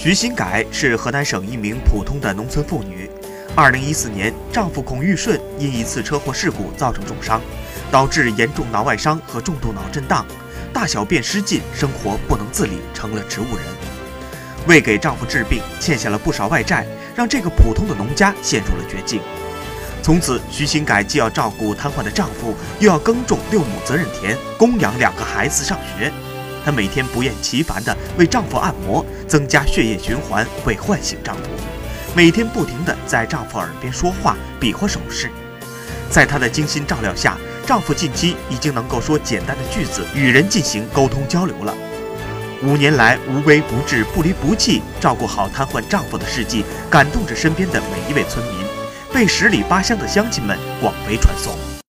徐新改是河南省一名普通的农村妇女。2014年，丈夫孔玉顺因一次车祸事故造成重伤，导致严重脑外伤和重度脑震荡，大小便失禁，生活不能自理，成了植物人。为给丈夫治病，欠下了不少外债，让这个普通的农家陷入了绝境。从此，徐新改既要照顾瘫痪的丈夫，又要耕种6亩责任田，供养2个孩子上学。她每天不厌其烦地为丈夫按摩，增加血液循环，为唤醒丈夫。每天不停地在丈夫耳边说话，比划手势。在她的精心照料下，丈夫近期已经能够说简单的句子，与人进行沟通交流了。5年来无微不至、不离不弃，照顾好瘫痪丈夫的事迹，感动着身边的每一位村民，被10里8乡的乡亲们广为传颂。